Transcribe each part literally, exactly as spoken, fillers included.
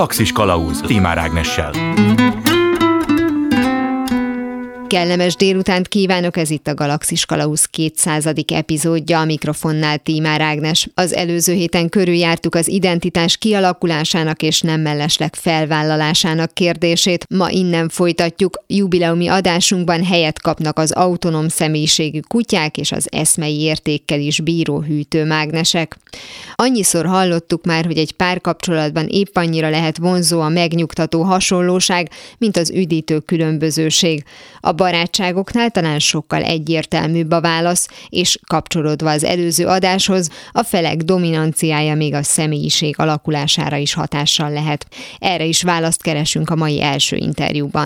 Galaxis Kalauz Tímár Ágnessel. Kellemes délutánt kívánok, ez itt a Galaxis Kalauz kétszázadik epizódja, a mikrofonnál Tímár Ágnes. Az előző héten körüljártuk az identitás kialakulásának és nem mellesleg felvállalásának kérdését. Ma innen folytatjuk, jubileumi adásunkban helyet kapnak az autonóm személyiségű kutyák és az eszmei értékkel is bíró hűtőmágnesek. Annyiszor hallottuk már, hogy egy párkapcsolatban épp annyira lehet vonzó a megnyugtató hasonlóság, mint az üdítő különbözőség. A barátságoknál talán sokkal egyértelműbb a válasz, és kapcsolódva az előző adáshoz, a felek dominanciája még a személyiség alakulására is hatással lehet. Erre is választ keresünk a mai első interjúban.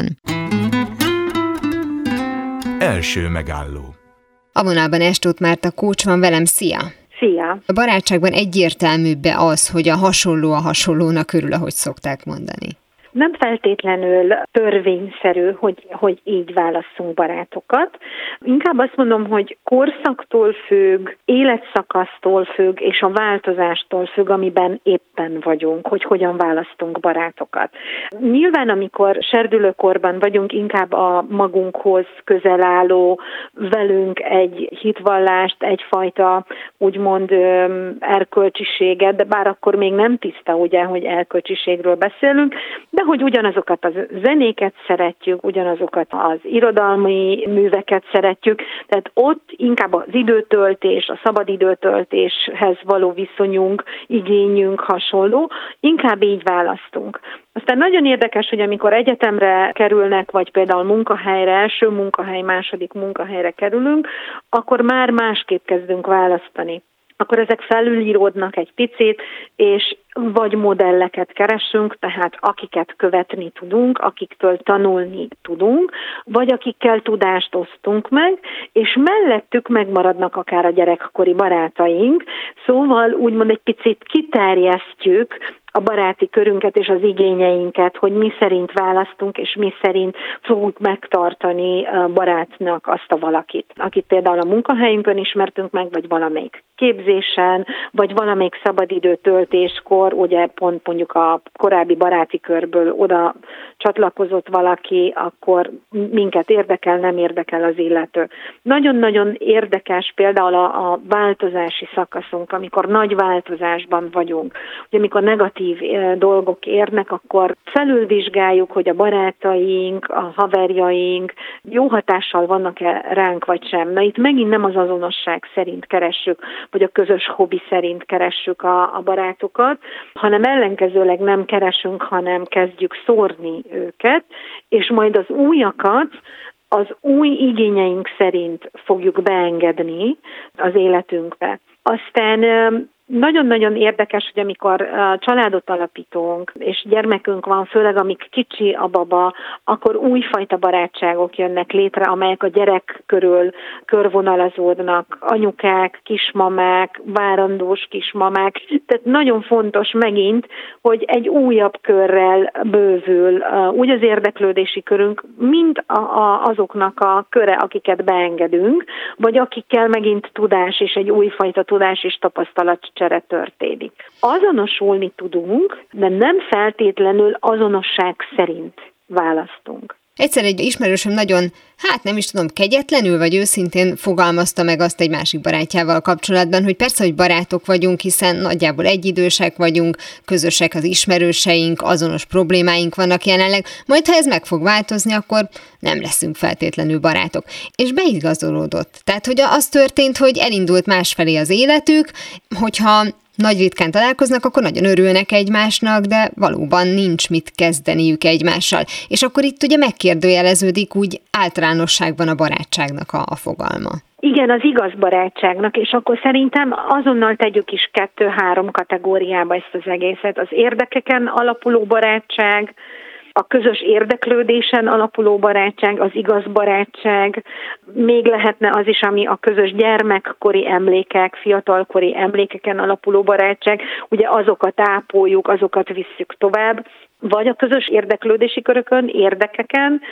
Első megálló. A vonalban Estóth Márta coach van velem, szia! Szia! A barátságban egyértelműbb-e az, hogy a hasonló a hasonlónak örül, ahogy szokták mondani? Nem feltétlenül törvényszerű, hogy, hogy így válasszunk barátokat. Inkább azt mondom, hogy korszaktól függ, életszakasztól függ, és a változástól függ, amiben éppen vagyunk, hogy hogyan választunk barátokat. Nyilván, amikor serdülőkorban vagyunk, inkább a magunkhoz közel álló, velünk egy hitvallást, egyfajta úgymond erkölcsiséget, de bár akkor még nem tiszta, ugye, hogy erkölcsiségről beszélünk, de hogy ugyanazokat a zenéket szeretjük, ugyanazokat az irodalmi műveket szeretjük, tehát ott inkább az időtöltés, a szabadidőtöltéshez való viszonyunk, igényünk hasonló, inkább így választunk. Aztán nagyon érdekes, hogy amikor egyetemre kerülnek, vagy például munkahelyre, első munkahely, második munkahelyre kerülünk, akkor már másképp kezdünk választani. Akkor ezek felülíródnak egy picit, és vagy modelleket keresünk, tehát akiket követni tudunk, akiktől tanulni tudunk, vagy akikkel tudást osztunk meg, és mellettük megmaradnak akár a gyerekkori barátaink, szóval úgymond egy picit kiterjesztjük a baráti körünket és az igényeinket, hogy mi szerint választunk, és mi szerint fogjuk megtartani barátnak azt a valakit, akit például a munkahelyünkön ismertünk meg, vagy valamelyik képzésen, vagy valamelyik szabadidőtöltéskor, ugye pont mondjuk a korábbi baráti körből oda csatlakozott valaki, akkor minket érdekel, nem érdekel az illető. Nagyon-nagyon érdekes például a, a változási szakaszunk, amikor nagy változásban vagyunk. Ugye amikor negatív dolgok érnek, akkor felülvizsgáljuk, hogy a barátaink, a haverjaink jó hatással vannak-e ránk, vagy sem. Na itt megint nem az azonosság szerint keressük, vagy a közös hobbi szerint keressük a, a barátokat, hanem ellenkezőleg nem keresünk, hanem kezdjük szórni őket, és majd az újakat az új igényeink szerint fogjuk beengedni az életünkbe. Aztán nagyon-nagyon érdekes, hogy amikor családot alapítunk, és gyermekünk van, főleg amíg kicsi a baba, akkor újfajta barátságok jönnek létre, amelyek a gyerek körül körvonalazódnak. Anyukák, kismamák, várandós kismamák. Tehát nagyon fontos megint, hogy egy újabb körrel bővül úgy az érdeklődési körünk, mint a, a, azoknak a köre, akiket beengedünk, vagy akikkel megint tudás és egy újfajta tudás és tapasztalat csere történik. Azonosulni tudunk, de nem feltétlenül azonosság szerint választunk. Egyszer egy ismerősöm nagyon, hát nem is tudom, kegyetlenül vagy őszintén fogalmazta meg azt egy másik barátjával kapcsolatban, hogy persze, hogy barátok vagyunk, hiszen nagyjából egyidősek vagyunk, közösek az ismerőseink, azonos problémáink vannak jelenleg, majd ha ez meg fog változni, akkor nem leszünk feltétlenül barátok. És beigazolódott. Tehát, hogy az történt, hogy elindult másfelé az életük, hogyha nagy ritkán találkoznak, akkor nagyon örülnek egymásnak, de valóban nincs mit kezdeniük egymással. És akkor itt ugye megkérdőjeleződik úgy általánosságban a barátságnak a, a fogalma. Igen, az igaz barátságnak, és akkor szerintem azonnal tegyük is kettő-három kategóriába ezt az egészet. Az érdekeken alapuló barátság, a közös érdeklődésen alapuló barátság, az igaz barátság, még lehetne az is, ami a közös gyermekkori emlékek, fiatalkori emlékeken alapuló barátság, ugye azokat ápoljuk, azokat visszük tovább, vagy a közös érdeklődési körökön, érdekeken,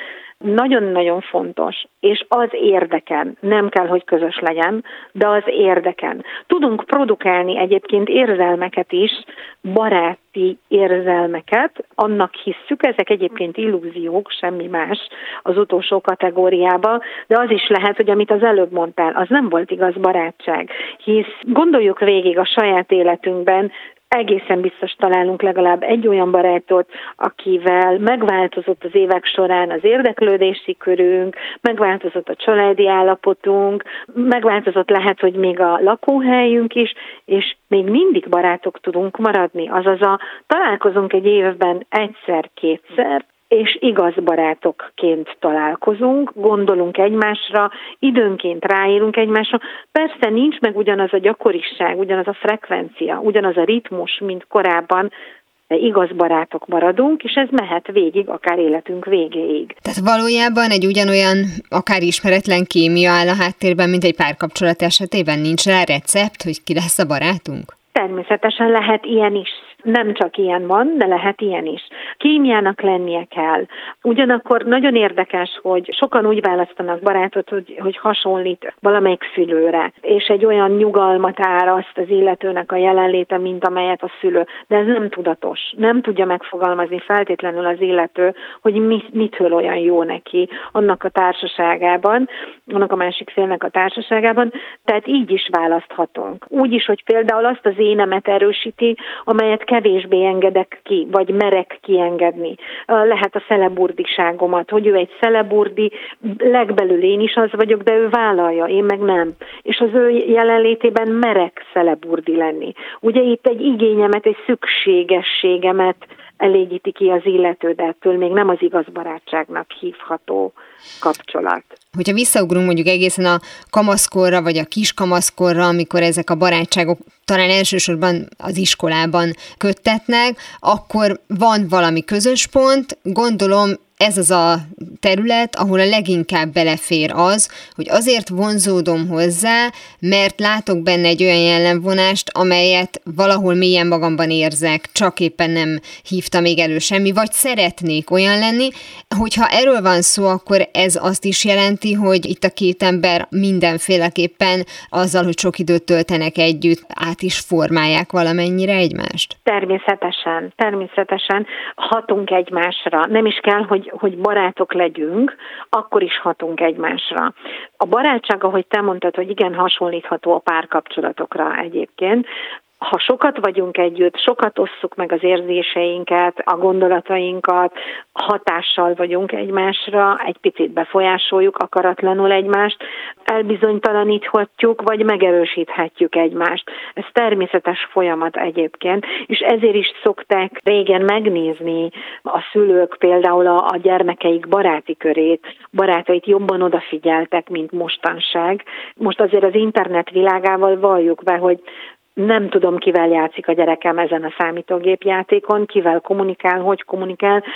nagyon-nagyon fontos, és az érdeken, nem kell, hogy közös legyen, de az érdeken. Tudunk produkálni egyébként érzelmeket is, baráti érzelmeket, annak hisszük, ezek egyébként illúziók, semmi más az utolsó kategóriába, de az is lehet, hogy amit az előbb mondtál, az nem volt igaz barátság, hisz gondoljuk végig a saját életünkben, egészen biztos találunk legalább egy olyan barátot, akivel megváltozott az évek során az érdeklődési körünk, megváltozott a családi állapotunk, megváltozott lehet, hogy még a lakóhelyünk is, és még mindig barátok tudunk maradni. Azaz a találkozunk egy évben egyszer-kétszer, és igaz barátokként találkozunk, gondolunk egymásra, időnként ráírunk egymásra. Persze nincs meg ugyanaz a gyakoriság, ugyanaz a frekvencia, ugyanaz a ritmus, mint korábban, de igaz barátok maradunk, és ez mehet végig, akár életünk végéig. Tehát valójában egy ugyanolyan, akár ismeretlen kémia áll a háttérben, mint egy párkapcsolat esetében? Nincs rá recept, hogy ki lesz a barátunk? Természetesen lehet ilyen is. Nem csak ilyen van, de lehet ilyen is. Kémiának lennie kell. Ugyanakkor nagyon érdekes, hogy sokan úgy választanak barátot, hogy, hogy hasonlít valamelyik szülőre, és egy olyan nyugalmat áraszt az illetőnek a jelenléte, mint amelyet a szülő. De ez nem tudatos. Nem tudja megfogalmazni feltétlenül az illető, hogy mi, mitől olyan jó neki annak a társaságában, annak a másik félnek a társaságában. Tehát így is választhatunk. Úgy is, hogy például azt az énemet erősíti, amelyet kevésbé engedek ki, vagy merek kiengedni. Lehet a szeleburdiságomat, hogy ő egy szeleburdi, legbelül én is az vagyok, de ő vállalja, én meg nem. És az ő jelenlétében merek szeleburdi lenni. Ugye itt egy igényemet, egy szükségességemet elégíti ki az illető, de ettől még nem az igaz barátságnak hívható kapcsolat. Hogyha visszaugrunk mondjuk egészen a kamaszkorra, vagy a kiskamaszkorra, amikor ezek a barátságok talán elsősorban az iskolában köttetnek, akkor van valami közös pont, gondolom ez az a terület, ahol a leginkább belefér az, hogy azért vonzódom hozzá, mert látok benne egy olyan jellemvonást, amelyet valahol mélyen magamban érzek, csak éppen nem hívta még elő semmi, vagy szeretnék olyan lenni. Hogyha erről van szó, akkor ez azt is jelenti, hogy itt a két ember mindenféleképpen azzal, hogy sok időt töltenek együtt, át is formálják valamennyire egymást? Természetesen, természetesen hatunk egymásra. Nem is kell, hogy hogy barátok legyünk, akkor is hatunk egymásra. A barátság, ahogy te mondtad, hogy igen, hasonlítható a párkapcsolatokra egyébként. Ha sokat vagyunk együtt, sokat osszuk meg az érzéseinket, a gondolatainkat, hatással vagyunk egymásra, egy picit befolyásoljuk akaratlanul egymást, elbizonytalaníthatjuk, vagy megerősíthetjük egymást. Ez természetes folyamat egyébként, és ezért is szokták régen megnézni a szülők például a, a gyermekeik baráti körét, barátait jobban odafigyeltek, mint mostanság. Most azért az internet világával valljuk be, hogy nem tudom, kivel játszik a gyerekem ezen a számítógépjátékon, kivel kommunikál, hogy kommunikál,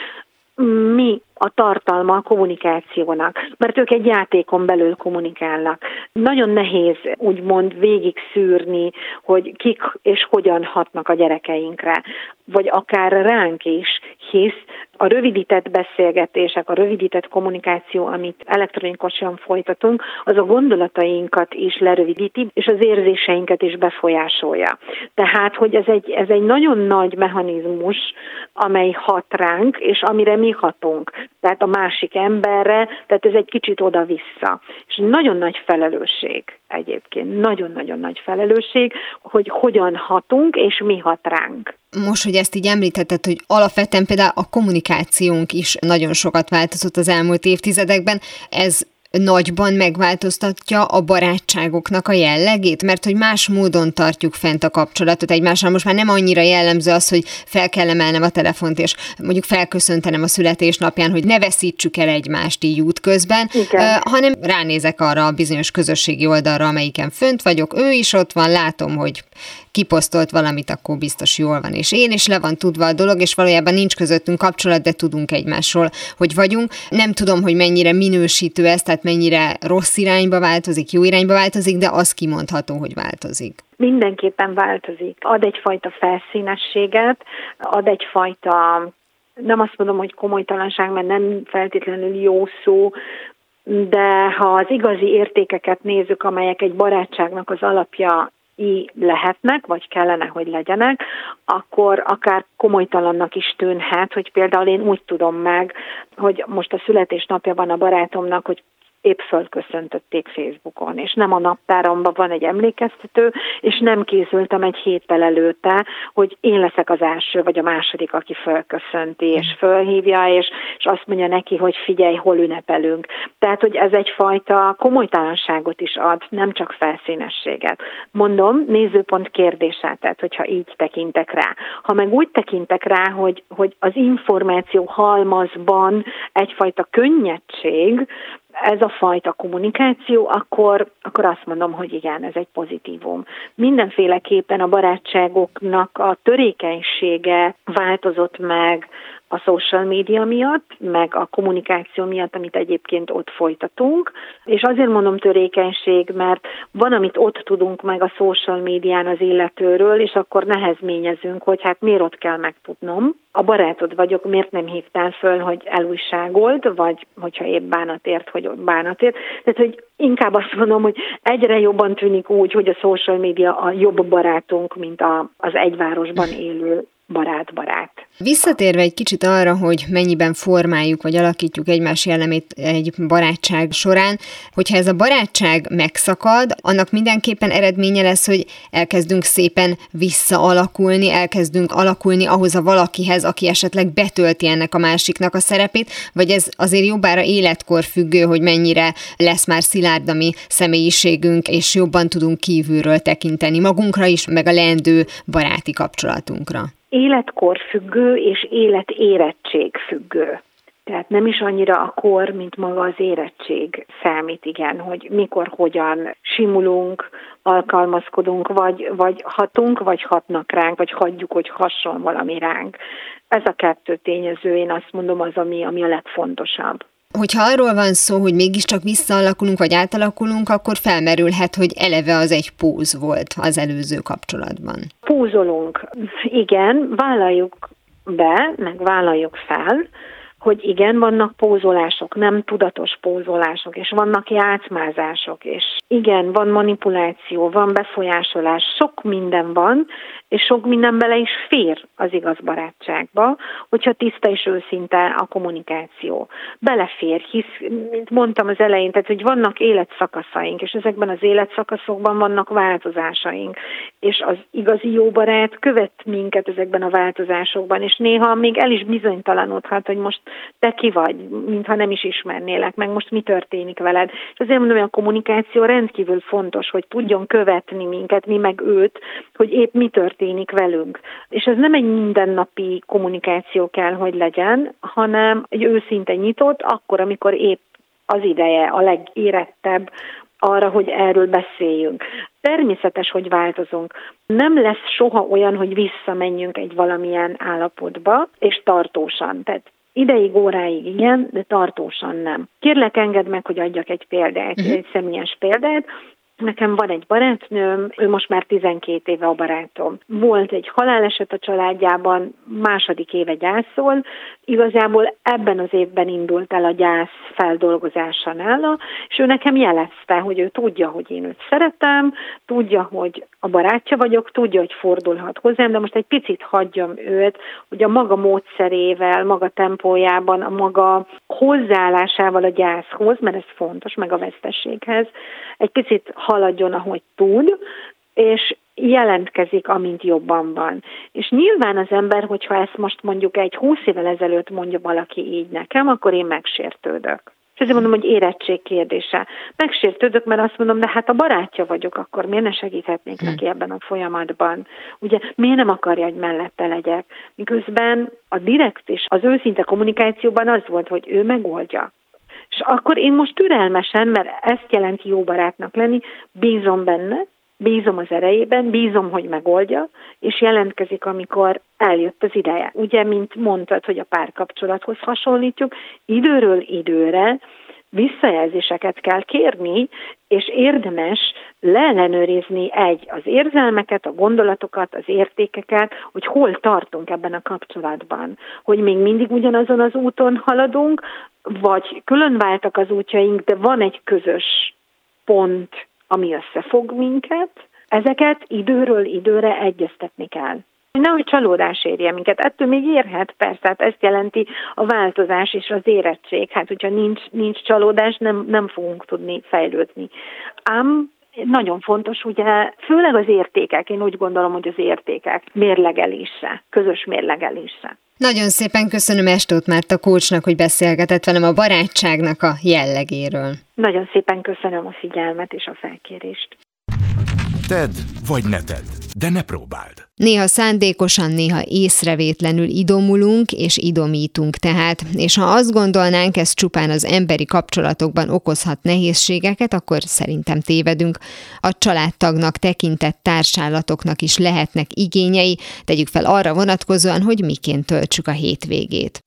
mi a tartalma a kommunikációnak, mert ők egy játékon belül kommunikálnak. Nagyon nehéz úgymond végig szűrni, hogy kik és hogyan hatnak a gyerekeinkre, vagy akár ránk is, hisz a rövidített beszélgetések, a rövidített kommunikáció, amit elektronikusan folytatunk, az a gondolatainkat is lerövidíti, és az érzéseinket is befolyásolja. Tehát, hogy ez egy, ez egy nagyon nagy mechanizmus, amely hat ránk, és amire mi hatunk. Tehát a másik emberre, tehát ez egy kicsit oda-vissza. És nagyon nagy felelősség egyébként, nagyon-nagyon nagy felelősség, hogy hogyan hatunk, és mi hat ránk. Most, hogy ezt így említetted, hogy alapvetően például a kommunikációnk is nagyon sokat változott az elmúlt évtizedekben, ez nagyban megváltoztatja a barátságoknak a jellegét, mert hogy más módon tartjuk fent a kapcsolatot egymással. Most már nem annyira jellemző az, hogy fel kell emelnem a telefont, és mondjuk felköszöntenem a születésnapján, hogy ne veszítsük el egymást így útközben, uh, hanem ránézek arra a bizonyos közösségi oldalra, amelyiken fönt vagyok, ő is ott van, látom, hogy kiposztolt valamit, akkor biztos jól van, és én is le van tudva a dolog, és valójában nincs közöttünk kapcsolat, de tudunk egymásról, hogy vagyunk. Nem tudom, hogy mennyire minősítő ez, tehát mennyire rossz irányba változik, jó irányba változik, de az kimondható, hogy változik. Mindenképpen változik. Ad egyfajta felszínességet, ad egyfajta nem azt mondom, hogy komolytalanság, mert nem feltétlenül jó szó, de ha az igazi értékeket nézzük, amelyek egy barátságnak az alapja lehetnek, vagy kellene, hogy legyenek, akkor akár komolytalannak is tűnhet, hogy például én úgy tudom meg, hogy most a születésnapja van a barátomnak, hogy épp fölköszöntötték Facebookon, és nem a naptáromban van egy emlékeztető, és nem készültem egy héttel előtte, hogy én leszek az első, vagy a második, aki fölköszönti, és fölhívja, és, és azt mondja neki, hogy figyelj, hol ünnepelünk. Tehát, hogy ez egyfajta komolytalanságot is ad, nem csak felszínességet. Mondom, nézőpont kérdése, tehát hogyha így tekintek rá. Ha meg úgy tekintek rá, hogy, hogy az információ halmazban egyfajta könnyedség, ez a fajta kommunikáció, akkor, akkor azt mondom, hogy igen, ez egy pozitívum. Mindenféleképpen a barátságoknak a törékenysége változott meg a social media miatt, meg a kommunikáció miatt, amit egyébként ott folytatunk. És azért mondom törékenység, mert van, amit ott tudunk meg a social médián az illetőről, és akkor nehezményezünk, hogy hát miért ott kell megtudnom. A barátod vagyok, miért nem hívtál föl, hogy elújságold, vagy hogyha épp bánatért, hogy ott bánatért. Tehát, hogy inkább azt mondom, hogy egyre jobban tűnik úgy, hogy a social media a jobb barátunk, mint a, az egy városban élő barát-barát. Visszatérve egy kicsit arra, hogy mennyiben formáljuk vagy alakítjuk egymás jellemét egy barátság során, hogyha ez a barátság megszakad, annak mindenképpen eredménye lesz, hogy elkezdünk szépen visszaalakulni, elkezdünk alakulni ahhoz a valakihez, aki esetleg betölti ennek a másiknak a szerepét, vagy ez azért jobbára életkor függő, hogy mennyire lesz már szilárd a mi személyiségünk, és jobban tudunk kívülről tekinteni magunkra is, meg a leendő baráti kapcsolatunkra. Életkor függő és életérettség függő. Tehát nem is annyira a kor, mint maga az érettség számít, igen, hogy mikor, hogyan simulunk, alkalmazkodunk, vagy, vagy hatunk, vagy hatnak ránk, vagy hagyjuk, hogy hasson valami ránk. Ez a kettő tényező, én azt mondom, az, ami, ami a legfontosabb. Hogyha arról van szó, hogy mégiscsak visszaalakulunk, vagy átalakulunk, akkor felmerülhet, hogy eleve az egy póz volt az előző kapcsolatban. Pózolunk. Igen, vállaljuk be, meg vállaljuk fel, hogy igen, vannak pózolások, nem tudatos pózolások, és vannak játszmázások, és igen, van manipuláció, van befolyásolás, sok minden van, és sok minden bele is fér az igaz barátságba, hogyha tiszta és őszinte a kommunikáció. Belefér, hisz, mint mondtam az elején, tehát, hogy vannak életszakaszaink, és ezekben az életszakaszokban vannak változásaink, és az igazi jó barát követ minket ezekben a változásokban, és néha még el is bizonytalanodhat, hogy most te ki vagy, mintha nem is ismernélek, meg most mi történik veled. És azért mondom, hogy a kommunikáció rendkívül fontos, hogy tudjon követni minket, mi meg őt, hogy épp mi történik velünk. És ez nem egy mindennapi kommunikáció kell, hogy legyen, hanem egy őszinte nyitott, akkor, amikor épp az ideje, a legérettebb arra, hogy erről beszéljünk. Természetes, hogy változunk. Nem lesz soha olyan, hogy visszamenjünk egy valamilyen állapotba, és tartósan. Tehát ideig, óráig igen, de tartósan nem. Kérlek, engedd meg, hogy adjak egy példát, uh-huh. egy személyes példát. Nekem van egy barátnőm, ő most már tizenkét éve a barátom. Volt egy haláleset a családjában, második éve gyászol. Igazából ebben az évben indult el a gyász feldolgozása nála, és ő nekem jelezte, hogy ő tudja, hogy én őt szeretem, tudja, hogy a barátja vagyok, tudja, hogy fordulhat hozzám, de most egy picit hagyjam őt, hogy a maga módszerével, maga tempójában, a maga hozzáállásával a gyászhoz, mert ez fontos, meg a veszteséghez, egy picit haladjon, ahogy tud, és jelentkezik, amint jobban van. És nyilván az ember, hogyha ezt most mondjuk egy húsz évvel ezelőtt mondja valaki így nekem, akkor én megsértődök. És ezért mondom, hogy érettség kérdése. Megsértődök, mert azt mondom, de hát a barátja vagyok, akkor miért ne segíthetnék neki ebben a folyamatban? Ugye miért nem akarja, hogy mellette legyek? Miközben a direkt és az őszinte kommunikációban az volt, hogy ő megoldja. És akkor én most türelmesen, mert ezt jelenti jó barátnak lenni, bízom benne, bízom az erejében, bízom, hogy megoldja, és jelentkezik, amikor eljött az ideje. Ugye, mint mondtad, hogy a párkapcsolathoz hasonlítjuk, időről időre visszajelzéseket kell kérni, és érdemes leellenőrizni egy, az érzelmeket, a gondolatokat, az értékeket, hogy hol tartunk ebben a kapcsolatban. Hogy még mindig ugyanazon az úton haladunk, vagy különváltak az útjaink, de van egy közös pont, ami összefog minket. Ezeket időről időre egyeztetni kell. Nehogy csalódás érje minket. Ettől még érhet, persze, hát ezt jelenti a változás és az érettség. Hát, hogyha nincs, nincs csalódás, nem, nem fogunk tudni fejlődni. Ám nagyon fontos, ugye, főleg az értékek, én úgy gondolom, hogy az értékek mérlegelése, közös mérlegelése. Nagyon szépen köszönöm Estóth Márta coachnak, hogy beszélgetett velem a barátságnak a jellegéről. Nagyon szépen köszönöm a figyelmet és a felkérést. Tedd vagy ne tedd, de ne próbáld. Néha szándékosan, néha észrevétlenül idomulunk és idomítunk tehát, és ha azt gondolnánk, ez csupán az emberi kapcsolatokban okozhat nehézségeket, akkor szerintem tévedünk. A családtagnak tekintett társállatoknak is lehetnek igényei, tegyük fel arra vonatkozóan, hogy miként töltsük a hétvégét.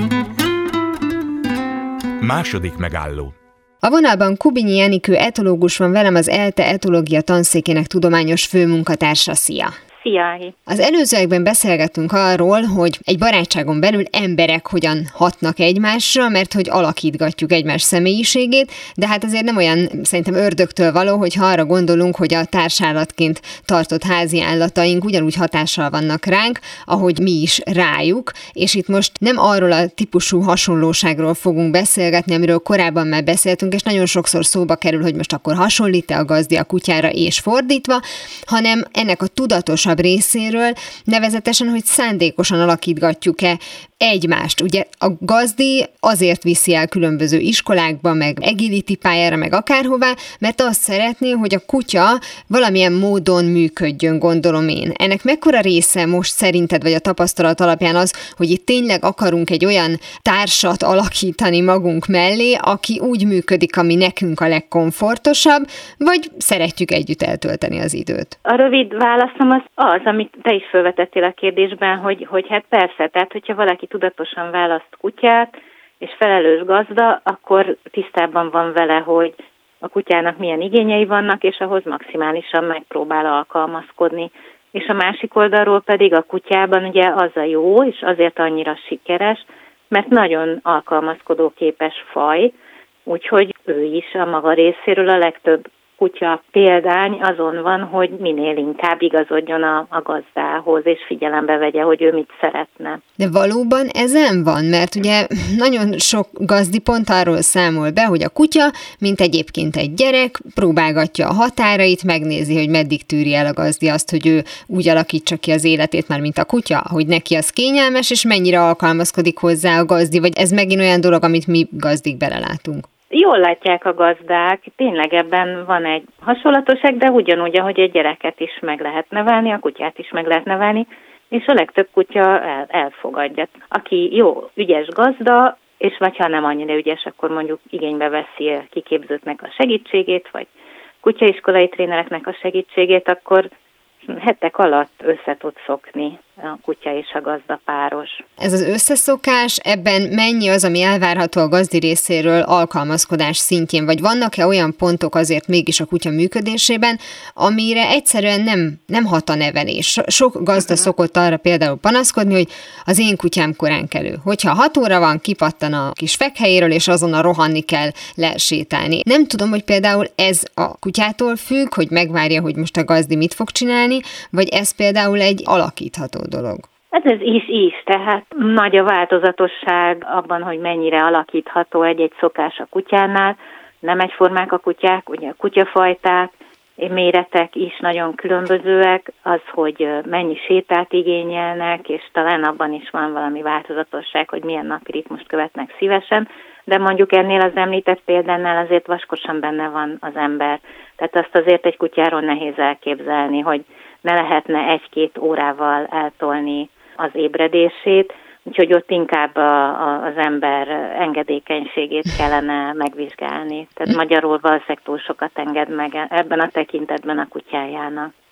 Második megálló. A vonalban Kubinyi Enikő etológus van velem, az ELTE etológia tanszékének tudományos főmunkatársa. Szia! Szia! Az előzőekben beszélgettünk arról, hogy egy barátságon belül emberek hogyan hatnak egymásra, mert hogy alakítgatjuk egymás személyiségét, de hát azért nem olyan szerintem ördögtől való, hogy ha arra gondolunk, hogy a társállatként tartott házi állataink ugyanúgy hatással vannak ránk, ahogy mi is rájuk, és itt most nem arról a típusú hasonlóságról fogunk beszélgetni, amiről korábban már beszéltünk, és nagyon sokszor szóba kerül, hogy most akkor hasonlít-e a gazdi a kutyára és fordítva, hanem ennek a tudatosabb részéről, nevezetesen, hogy szándékosan alakítgatjuk-e egymást. Ugye a gazdi azért viszi el különböző iskolákba, meg agility pályára, meg akárhová, mert azt szeretné, hogy a kutya valamilyen módon működjön, gondolom én. Ennek mekkora része most szerinted, vagy a tapasztalat alapján az, hogy itt tényleg akarunk egy olyan társat alakítani magunk mellé, aki úgy működik, ami nekünk a legkomfortosabb, vagy szeretjük együtt eltölteni az időt? A rövid válaszom az az, amit te is felvetettél a kérdésben, hogy, hogy hát persze, tehát hogyha valaki tudatosan választ kutyát, és felelős gazda, akkor tisztában van vele, hogy a kutyának milyen igényei vannak, és ahhoz maximálisan megpróbál alkalmazkodni. És a másik oldalról pedig a kutyában ugye az a jó, és azért annyira sikeres, mert nagyon alkalmazkodóképes faj, úgyhogy ő is a maga részéről a legtöbb kutya példány azon van, hogy minél inkább igazodjon a, a gazdához, és figyelembe vegye, hogy ő mit szeretne. De valóban ezen van, mert ugye nagyon sok gazdi pont arról számol be, hogy a kutya, mint egyébként egy gyerek, próbálgatja a határait, megnézi, hogy meddig tűri el a gazdi azt, hogy ő úgy alakítsa ki az életét már, mint a kutya, hogy neki az kényelmes, és mennyire alkalmazkodik hozzá a gazdi, vagy ez megint olyan dolog, amit mi gazdik belelátunk. Jól látják a gazdák, tényleg ebben van egy hasonlatosság, de ugyanúgy, ahogy egy gyereket is meg lehet nevelni, a kutyát is meg lehet nevelni, és a legtöbb kutya el, elfogadja. Aki jó, ügyes gazda, és vagy ha nem annyira ügyes, akkor mondjuk igénybe veszi kiképzőknek a segítségét, vagy kutyaiskolai trénereknek a segítségét, akkor hetek alatt össze tud szokni a kutya és a gazda páros. Ez az összeszokás, ebben mennyi az, ami elvárható a gazdi részéről alkalmazkodás szintjén, vagy vannak-e olyan pontok azért mégis a kutya működésében, amire egyszerűen nem, nem hat a nevelés? Sok gazda uh-huh. szokott arra például panaszkodni, hogy az én kutyám korán kelő. Hogyha hat óra van, kipattan a kis fekhelyéről, és azonnal rohanni kell lesétálni. Nem tudom, hogy például ez a kutyától függ, hogy megvárja, hogy most a gazdi mit fog csinálni, vagy ez például egy alakítható dolog. Ez az is-is, tehát nagy a változatosság abban, hogy mennyire alakítható egy-egy szokás a kutyánál. Nem egyformák a kutyák, ugye a kutyafajták, méretek is nagyon különbözőek, az, hogy mennyi sétát igényelnek, és talán abban is van valami változatosság, hogy milyen napi ritmust követnek szívesen, de mondjuk ennél az említett példánál azért vaskosan benne van az ember. Tehát azt azért egy kutyáról nehéz elképzelni, hogy ne lehetne egy-két órával eltolni az ébredését, úgyhogy ott inkább a, a, az ember engedékenységét kellene megvizsgálni. Tehát magyarul valószínűleg túl sokat enged meg ebben a tekintetben a kutyájának.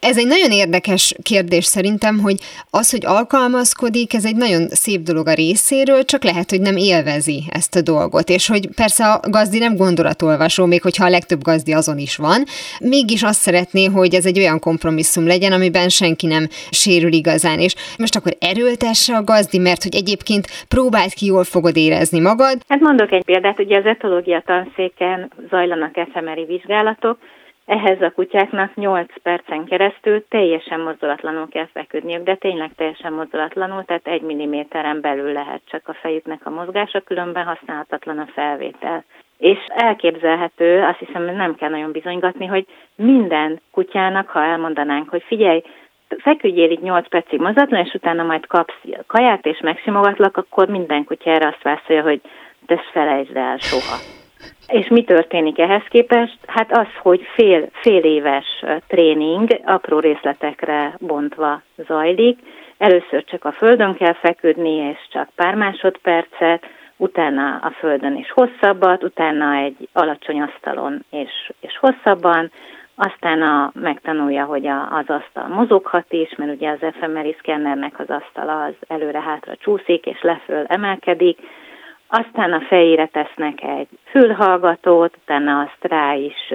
Ez egy nagyon érdekes kérdés szerintem, hogy az, hogy alkalmazkodik, ez egy nagyon szép dolog a részéről, csak lehet, hogy nem élvezi ezt a dolgot, és hogy persze a gazdi nem gondolatolvasó, még hogyha a legtöbb gazdi azon is van, mégis azt szeretné, hogy ez egy olyan kompromisszum legyen, amiben senki nem sérül igazán, és most akkor erőltesse a gazdi, mert hogy egyébként próbáld ki, jól fogod érezni magad. Hát mondok egy példát, ugye az etológia tanszéken zajlanak efemeri vizsgálatok, ehhez a kutyáknak nyolc percen keresztül teljesen mozdulatlanul kell feküdniük, de tényleg teljesen mozdulatlanul, tehát egy milliméteren belül lehet csak a fejüknek a mozgása, különben használhatatlan a felvétel. És elképzelhető, azt hiszem, hogy nem kell nagyon bizonygatni, hogy minden kutyának, ha elmondanánk, hogy figyelj, feküdjél így nyolc percig mozdulatlan, és utána majd kapsz kaját, és megsimogatlak, akkor minden kutya erre azt válaszolja, hogy de ezt felejtsd el soha. És mi történik ehhez képest? Hát az, hogy fél, fél éves tréning apró részletekre bontva zajlik. Először csak a földön kell feküdni, és csak pár másodpercet, utána a földön is hosszabbat, utána egy alacsony asztalon és, és hosszabban, aztán a, megtanulja, hogy a, az asztal mozoghat is, mert ugye az efemeri szkennernek az asztala az előre-hátra csúszik, és leföl emelkedik, aztán a fejére tesznek egy fülhallgatót, utána azt rá is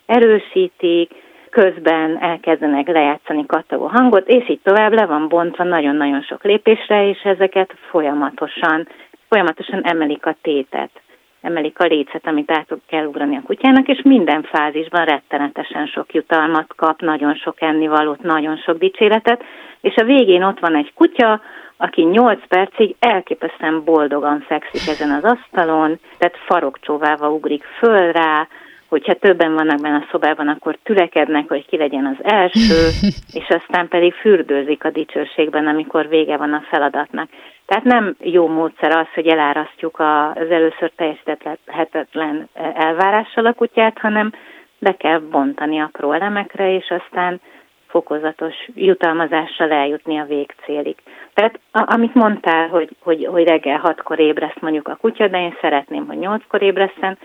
erősítik, közben elkezdenek lejátszani kattogó hangot, és így tovább le van bontva nagyon-nagyon sok lépésre, és ezeket folyamatosan, folyamatosan emelik a tétet, emelik a lécet, amit át kell ugrani a kutyának, és minden fázisban rettenetesen sok jutalmat kap, nagyon sok ennivalót, nagyon sok dicséretet, és a végén ott van egy kutya, aki nyolc percig elképesztően boldogan fekszik ezen az asztalon, tehát farokcsóválva ugrik föl rá, hogyha többen vannak benne a szobában, akkor tülekednek, hogy ki legyen az első, és aztán pedig fürdőzik a dicsőségben, amikor vége van a feladatnak. Tehát nem jó módszer az, hogy elárasztjuk az először teljesíthetetlen elvárással a kutyát, hanem be kell bontani apró elemekre, és aztán fokozatos jutalmazással eljutni a végcélig. Tehát a, amit mondtál, hogy, hogy, hogy reggel hatkor ébreszt mondjuk a kutya, de én szeretném, hogy nyolckor ébreszten,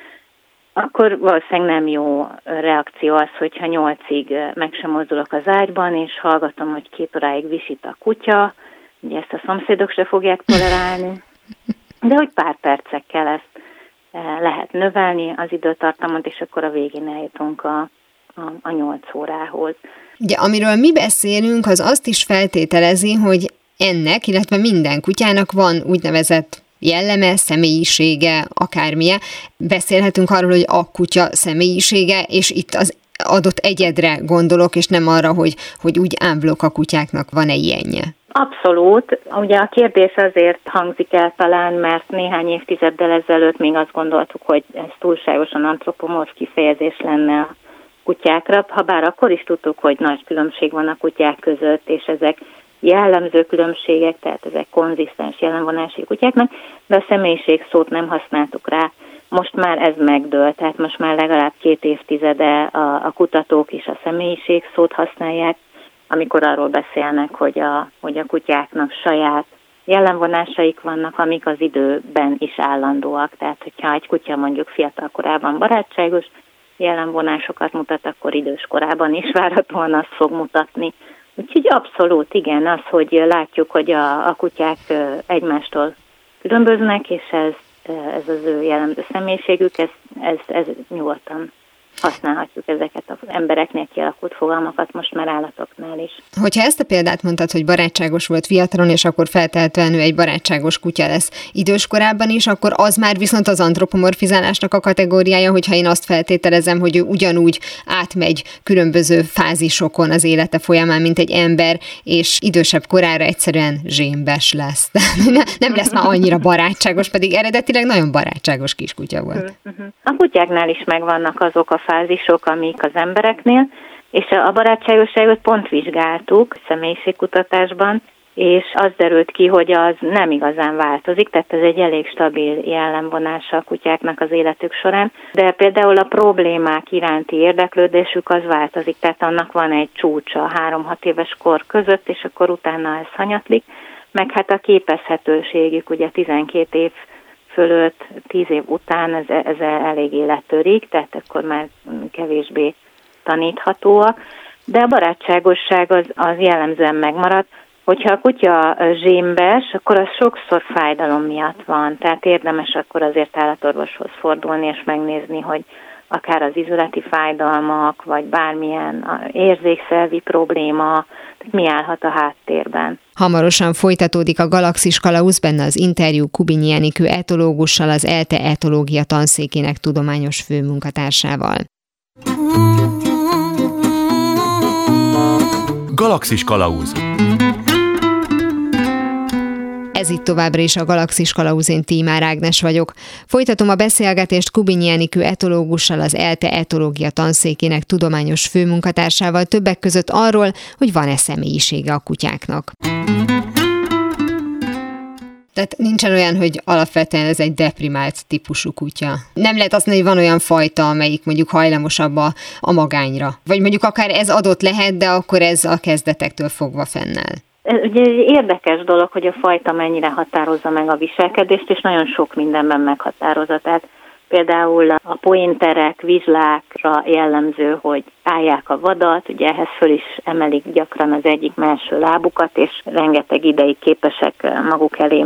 akkor valószínűleg nem jó reakció az, hogyha nyolcig meg sem mozdulok az ágyban, és hallgatom, hogy két óráig visít a kutya, ugye ezt a szomszédok se fogják tolerálni, de hogy pár percekkel ezt lehet növelni az időtartamot, és akkor a végén eljutunk a, a, a nyolc órához. Ugye, amiről mi beszélünk, az azt is feltételezi, hogy ennek, illetve minden kutyának van úgynevezett jelleme, személyisége, akármilyen. Beszélhetünk arról, hogy a kutya személyisége, és itt az adott egyedre gondolok, és nem arra, hogy, hogy úgy ámblok a kutyáknak van-e ilyenje. Abszolút. Ugye a kérdés azért hangzik el talán, mert néhány évtizeddel ezelőtt még azt gondoltuk, hogy ez túlságosan antropomorf kifejezés lenne a kutyákra, habár akkor is tudtuk, hogy nagy különbség van a kutyák között, és ezek jellemző különbségek, tehát ezek konzisztens jellemvonású kutyáknak, de a személyiség szót nem használtuk rá. Most már ez megdőlt, tehát most már legalább két évtizede a, a kutatók is a személyiség szót használják, amikor arról beszélnek, hogy a, hogy a kutyáknak saját jellemvonásaik vannak, amik az időben is állandóak. Tehát, hogyha egy kutya mondjuk fiatal korában barátságos jellemvonásokat mutat, akkor idős korában is várhatóan azt fog mutatni. Úgyhogy abszolút igen, az, hogy látjuk, hogy a, a kutyák egymástól különböznek, és ez, ez az ő jellemző személyiségük, ez, ez, ez nyugodtan használhatjuk ezeket az embereknek kialakult fogalmakat most már állatoknál is. Hogyha ezt a példát mondtad, hogy barátságos volt fiatalon, és akkor feltehetően ő egy barátságos kutya lesz idős korában is, akkor az már viszont az antropomorfizálásnak a kategóriája, hogyha én azt feltételezem, hogy ő ugyanúgy átmegy különböző fázisokon az élete folyamán, mint egy ember, és idősebb korára egyszerűen zsémbes lesz. Nem lesz már annyira barátságos, pedig eredetileg nagyon barátságos kiskutya volt. A kutyáknál is megvannak azok a fázisok, amik az embereknél, és a barátságosságot pont vizsgáltuk személyiségkutatásban, és az derült ki, hogy az nem igazán változik, tehát ez egy elég stabil jellemvonása a kutyáknak az életük során, de például a problémák iránti érdeklődésük az változik, tehát annak van egy csúcsa három-hat éves kor között, és akkor utána ez hanyatlik, meg hát a képezhetőségük ugye tizenkét év fölött, tíz év után ez, ez eléggé letörik, tehát akkor már kevésbé taníthatóak. de a barátságosság az, az jellemzően megmarad. Hogyha a kutya zsémbes, akkor az sokszor fájdalom miatt van, tehát érdemes akkor azért állatorvoshoz fordulni és megnézni, hogy akár az izületi fájdalmak, vagy bármilyen érzékszervi probléma, mi állhat a háttérben. Hamarosan folytatódik a Galaxis Kalausz, benne az interjú Kubinyi Enikő etológussal, az ELTE etológia tanszékének tudományos főmunkatársával. Galaxis Kalauz. Ez itt továbbra is a Galaxis Kalauz, én Tímár Ágnes vagyok. Folytatom a beszélgetést Kubinyi Enikő etológussal, az ELTE etológia tanszékének tudományos főmunkatársával, többek között arról, hogy van-e személyisége a kutyáknak. Tehát nincsen olyan, hogy alapvetően ez egy deprimált típusú kutya. Nem lehet azt mondani, hogy van olyan fajta, amelyik mondjuk hajlamosabb a, a magányra. Vagy mondjuk akár ez adott lehet, de akkor ez a kezdetektől fogva fennáll. Ugye egy érdekes dolog, hogy a fajta mennyire határozza meg a viselkedést, és nagyon sok mindenben meghatározza. Tehát például a pointerek, vizslákra jellemző, hogy állják a vadat, ugye ehhez föl is emelik gyakran az egyik melső lábukat, és rengeteg ideig képesek maguk elé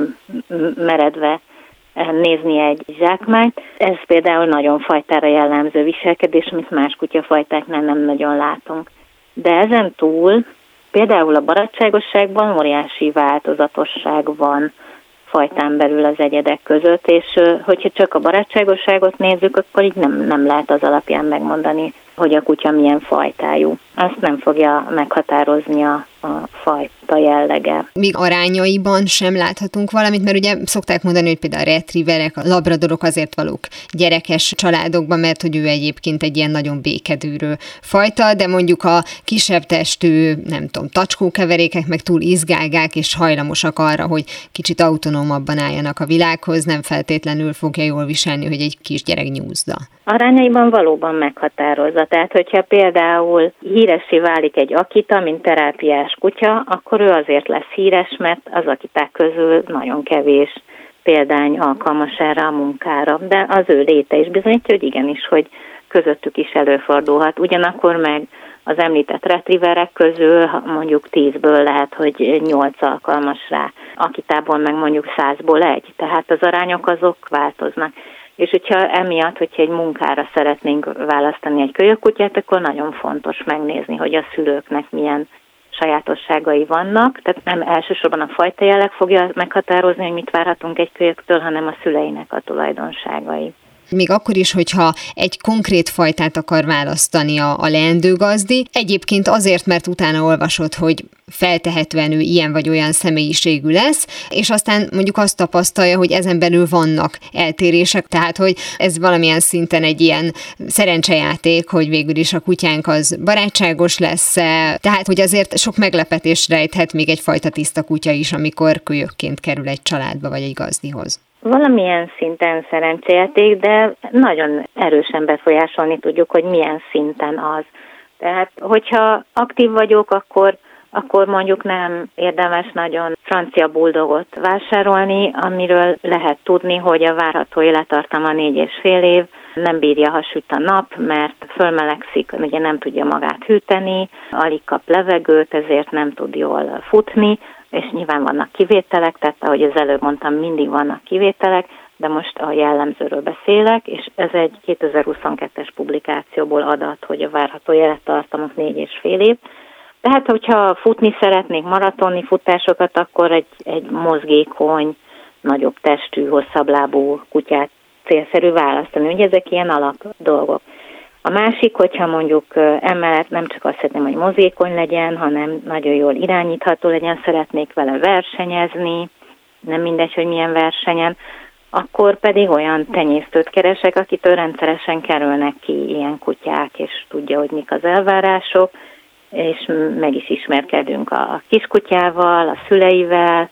meredve nézni egy zsákmányt. Ez például nagyon fajtára jellemző viselkedés, amit más kutyafajtáknál nem nagyon látunk. De ezen túl például a barátságosságban óriási változatosság van fajtán belül az egyedek között, és hogyha csak a barátságosságot nézzük, akkor így nem, nem lehet az alapján megmondani, hogy a kutya milyen fajtájú. Azt nem fogja meghatározni a, a fajta jellege. Míg arányaiban sem láthatunk valamit, mert ugye szokták mondani, hogy például a retrieverek, a labradorok azért valók gyerekes családokban, mert hogy ő egyébként egy ilyen nagyon békedűrő fajta, de mondjuk a kisebb testű, nem tudom, tacskókeverékek meg túl izgágák és hajlamosak arra, hogy kicsit autonómabban álljanak a világhoz, nem feltétlenül fogja jól viselni, hogy egy kisgyerek nyúzda. Arányaiban valóban meghatározza. Tehát, hogyha például híressé válik egy akita, mint terápiás kutya, akkor ő azért lesz híres, mert az akiták közül nagyon kevés példány alkalmas erre a munkára. De az ő léte is bizonyítja, hogy igenis, hogy közöttük is előfordulhat. Ugyanakkor meg az említett retrieverek közül mondjuk tízből lehet, hogy nyolc alkalmas rá. Akitából meg mondjuk százból egy. Tehát az arányok azok változnak. És hogyha emiatt, hogyha egy munkára szeretnénk választani egy kölyökkutyát, akkor nagyon fontos megnézni, hogy a szülőknek milyen sajátosságai vannak. Tehát nem elsősorban a fajta jelleg fogja meghatározni, hogy mit várhatunk egy kölyöktől, hanem a szüleinek a tulajdonságai. Még akkor is, hogyha egy konkrét fajtát akar választani a, a leendő gazdi, egyébként azért, mert utána olvasod, hogy feltehetően ő ilyen vagy olyan személyiségű lesz, és aztán mondjuk azt tapasztalja, hogy ezen belül vannak eltérések, tehát hogy ez valamilyen szinten egy ilyen szerencsejáték, hogy végül is a kutyánk az barátságos lesz, tehát hogy azért sok meglepetés rejthet még egyfajta tiszta kutya is, amikor kölyökként kerül egy családba vagy egy gazdihoz. Valamilyen szinten szerencsejáték, de nagyon erősen befolyásolni tudjuk, hogy milyen szinten az. Tehát, hogyha aktív vagyok, akkor, akkor mondjuk nem érdemes nagyon francia bulldogot vásárolni, amiről lehet tudni, hogy a várható élettartama négy és fél év, nem bírja, ha süt a nap, mert fölmelegszik, ugye nem tudja magát hűteni, alig kap levegőt, ezért nem tud jól futni, és nyilván vannak kivételek, tehát ahogy az előbb mondtam, mindig vannak kivételek, de most a jellemzőről beszélek, és ez egy kétezer-huszonkettes publikációból adat, hogy a várható élettartamok négy és fél év. Tehát, hogyha futni szeretnék maratoni futásokat, akkor egy, egy mozgékony, nagyobb testű, hosszabb lábú kutyát célszerű választani. Ugye ezek ilyen alap dolgok. A másik, hogyha mondjuk emellett nem csak azt szeretném, hogy mozgékony legyen, hanem nagyon jól irányítható legyen, szeretnék vele versenyezni, nem mindegy, hogy milyen versenyen, akkor pedig olyan tenyésztőt keresek, akitől rendszeresen kerülnek ki ilyen kutyák, és tudja, hogy mik az elvárások, és meg is ismerkedünk a kiskutyával, a szüleivel,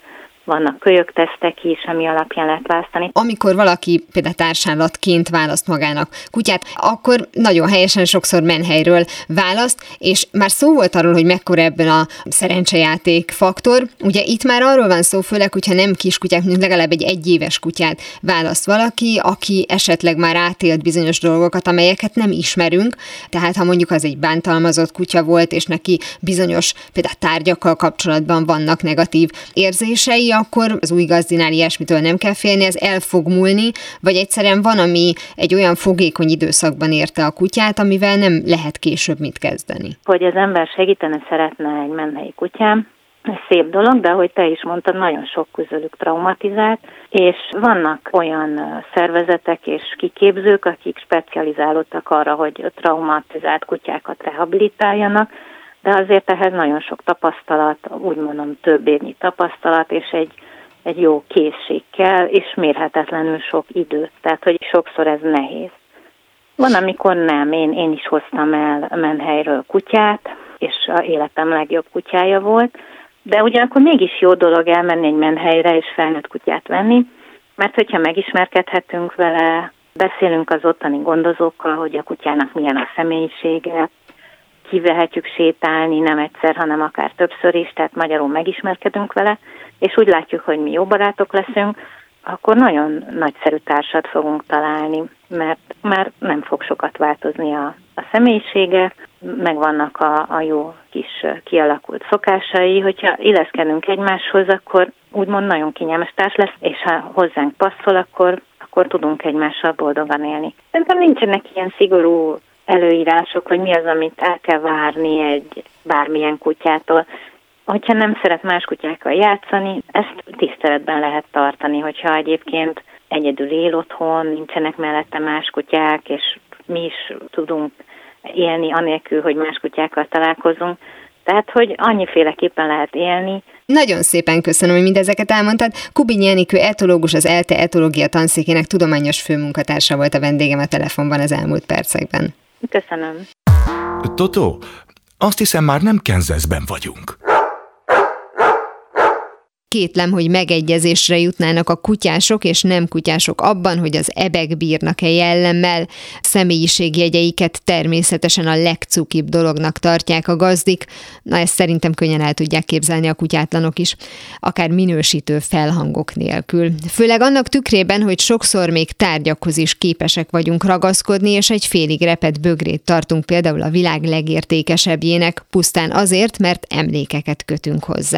vannak kölyöktesztek is, ami alapján lehet választani. Amikor valaki például társállatként választ magának kutyát, akkor nagyon helyesen sokszor menhelyről választ, és már szó volt arról, hogy mekkora ebben a szerencsejáték faktor. Ugye itt már arról van szó, főleg, hogyha nem kiskutyák, mondjuk legalább egy egyéves kutyát választ valaki, aki esetleg már átélt bizonyos dolgokat, amelyeket nem ismerünk. Tehát ha mondjuk az egy bántalmazott kutya volt, és neki bizonyos például tárgyakkal kapcsolatban vannak negatív érzései, akkor az új gazdinál ilyesmitől nem kell félni, ez el fog múlni, vagy egyszerűen van, ami egy olyan fogékony időszakban érte a kutyát, amivel nem lehet később mit kezdeni. Hogy az ember segíteni szeretne egy menhelyi kutyám, ez szép dolog, de ahogy te is mondtad, nagyon sok közülük traumatizált, és vannak olyan szervezetek és kiképzők, akik specializálódtak arra, hogy traumatizált kutyákat rehabilitáljanak, de azért ehhez nagyon sok tapasztalat, úgy mondom több évnyi tapasztalat, és egy, egy jó készség kell, és mérhetetlenül sok idő. Tehát, hogy sokszor ez nehéz. Van, amikor nem. Én, én is hoztam el menhelyről kutyát, és az életem legjobb kutyája volt, de ugyanakkor mégis jó dolog elmenni egy menhelyre és felnőtt kutyát venni, mert hogyha megismerkedhetünk vele, beszélünk az ottani gondozókkal, hogy a kutyának milyen a személyisége, kivehetjük sétálni, nem egyszer, hanem akár többször is, tehát magyarul megismerkedünk vele, és úgy látjuk, hogy mi jó barátok leszünk, akkor nagyon nagyszerű társat fogunk találni, mert már nem fog sokat változni a, a személyisége, meg vannak a, a jó kis kialakult szokásai, hogyha illeszkedünk egymáshoz, akkor úgymond nagyon kényelmes társ lesz, és ha hozzánk passzol, akkor, akkor tudunk egymással boldogan élni. Szerintem nincsenek ilyen szigorú előírások, hogy mi az, amit el kell várni egy bármilyen kutyától. Hogyha nem szeret más kutyákkal játszani, ezt tiszteletben lehet tartani, hogyha egyébként egyedül él otthon, nincsenek mellette más kutyák, és mi is tudunk élni anélkül, hogy más kutyákkal találkozunk. Tehát, hogy annyiféleképpen lehet élni. Nagyon szépen köszönöm, hogy mindezeket elmondtad. Kubinyi Enikő etológus, az ELTE etológia tanszékének tudományos főmunkatársa volt a vendégem a telefonban az elmúlt percekben. Köszönöm. Totó, azt hiszem már nem Kansasben vagyunk. Kétlem, hogy megegyezésre jutnának a kutyások és nem kutyások abban, hogy az ebek bírnak-e jellemmel. Személyiségjegyeiket természetesen a legcukibb dolognak tartják a gazdik. Na, ezt szerintem könnyen el tudják képzelni a kutyátlanok is, akár minősítő felhangok nélkül. Főleg annak tükrében, hogy sokszor még tárgyakhoz is képesek vagyunk ragaszkodni, és egy félig repett bögrét tartunk például a világ legértékesebbjének, pusztán azért, mert emlékeket kötünk hozzá.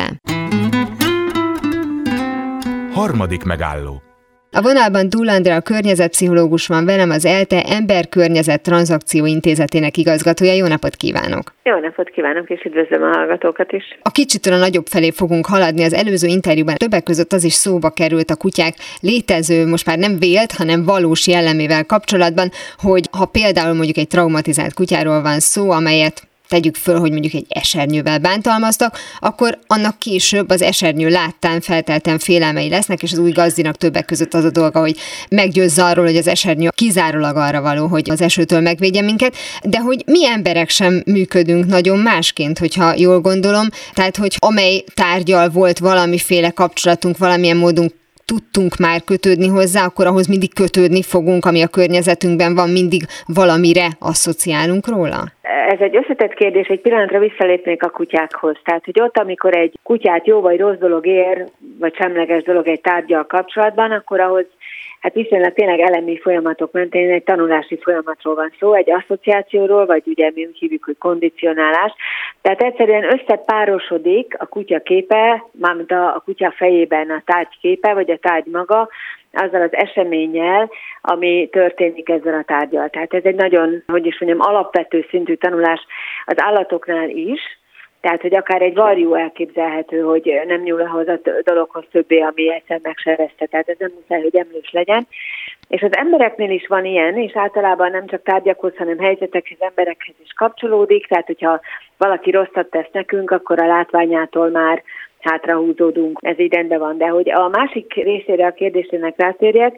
Harmadik megálló. A vonalban Dúl Andrea, a környezetpszichológus van velem, az ELTE Ember-Környezet Tranzakció Intézetének igazgatója. Jó napot kívánok! Jó napot kívánok, és üdvözlöm a hallgatókat is! A kicsitől a nagyobb felé fogunk haladni. Az előző interjúban többek között az is szóba került a kutyák létező, most már nem vélt, hanem valós jellemével kapcsolatban, hogy ha például mondjuk egy traumatizált kutyáról van szó, amelyet tegyük föl, hogy mondjuk egy esernyővel bántalmaztak, akkor annak később az esernyő láttán feltelten félelmei lesznek, és az új gazdinak többek között az a dolga, hogy meggyőzze arról, hogy az esernyő kizárólag arra való, hogy az esőtől megvédjen minket, de hogy mi emberek sem működünk nagyon másként, hogyha jól gondolom, tehát hogy amely tárgyal volt valamiféle kapcsolatunk, valamilyen módunk tudtunk már kötődni hozzá, akkor ahhoz mindig kötődni fogunk, ami a környezetünkben van, mindig valamire asszociálunk róla? Ez egy összetett kérdés, egy pillanatra visszalépnék a kutyákhoz. Tehát, hogy ott, amikor egy kutyát jó vagy rossz dolog ér, vagy semleges dolog egy tárggyal kapcsolatban, akkor ahhoz hát viszonylag tényleg elemi folyamatok mentén egy tanulási folyamatról van szó, egy asszociációról, vagy ugye mi úgy hívjuk, hogy kondicionálás. Tehát egyszerűen összepárosodik a kutya képe, mármint a, a kutya fejében a tárgy képe, vagy a tárgy maga, azzal az eseménnyel, ami történik ezzel a tárggyal. Tehát ez egy nagyon, hogy is mondjam, alapvető szintű tanulás az állatoknál is, tehát, hogy akár egy varjú elképzelhető, hogy nem nyúl ahhoz a dologhoz többé, ami egyszer megserezte. Tehát ez nem muszáj, hogy emlős legyen. És az embereknél is van ilyen, és általában nem csak tárgyakhoz, hanem helyzetekhez, emberekhez is kapcsolódik. Tehát, hogyha valaki rosszat tesz nekünk, akkor a látványától már hátrahúzódunk. Ez így rendben van. De hogy a másik részére a kérdésének rátérjek,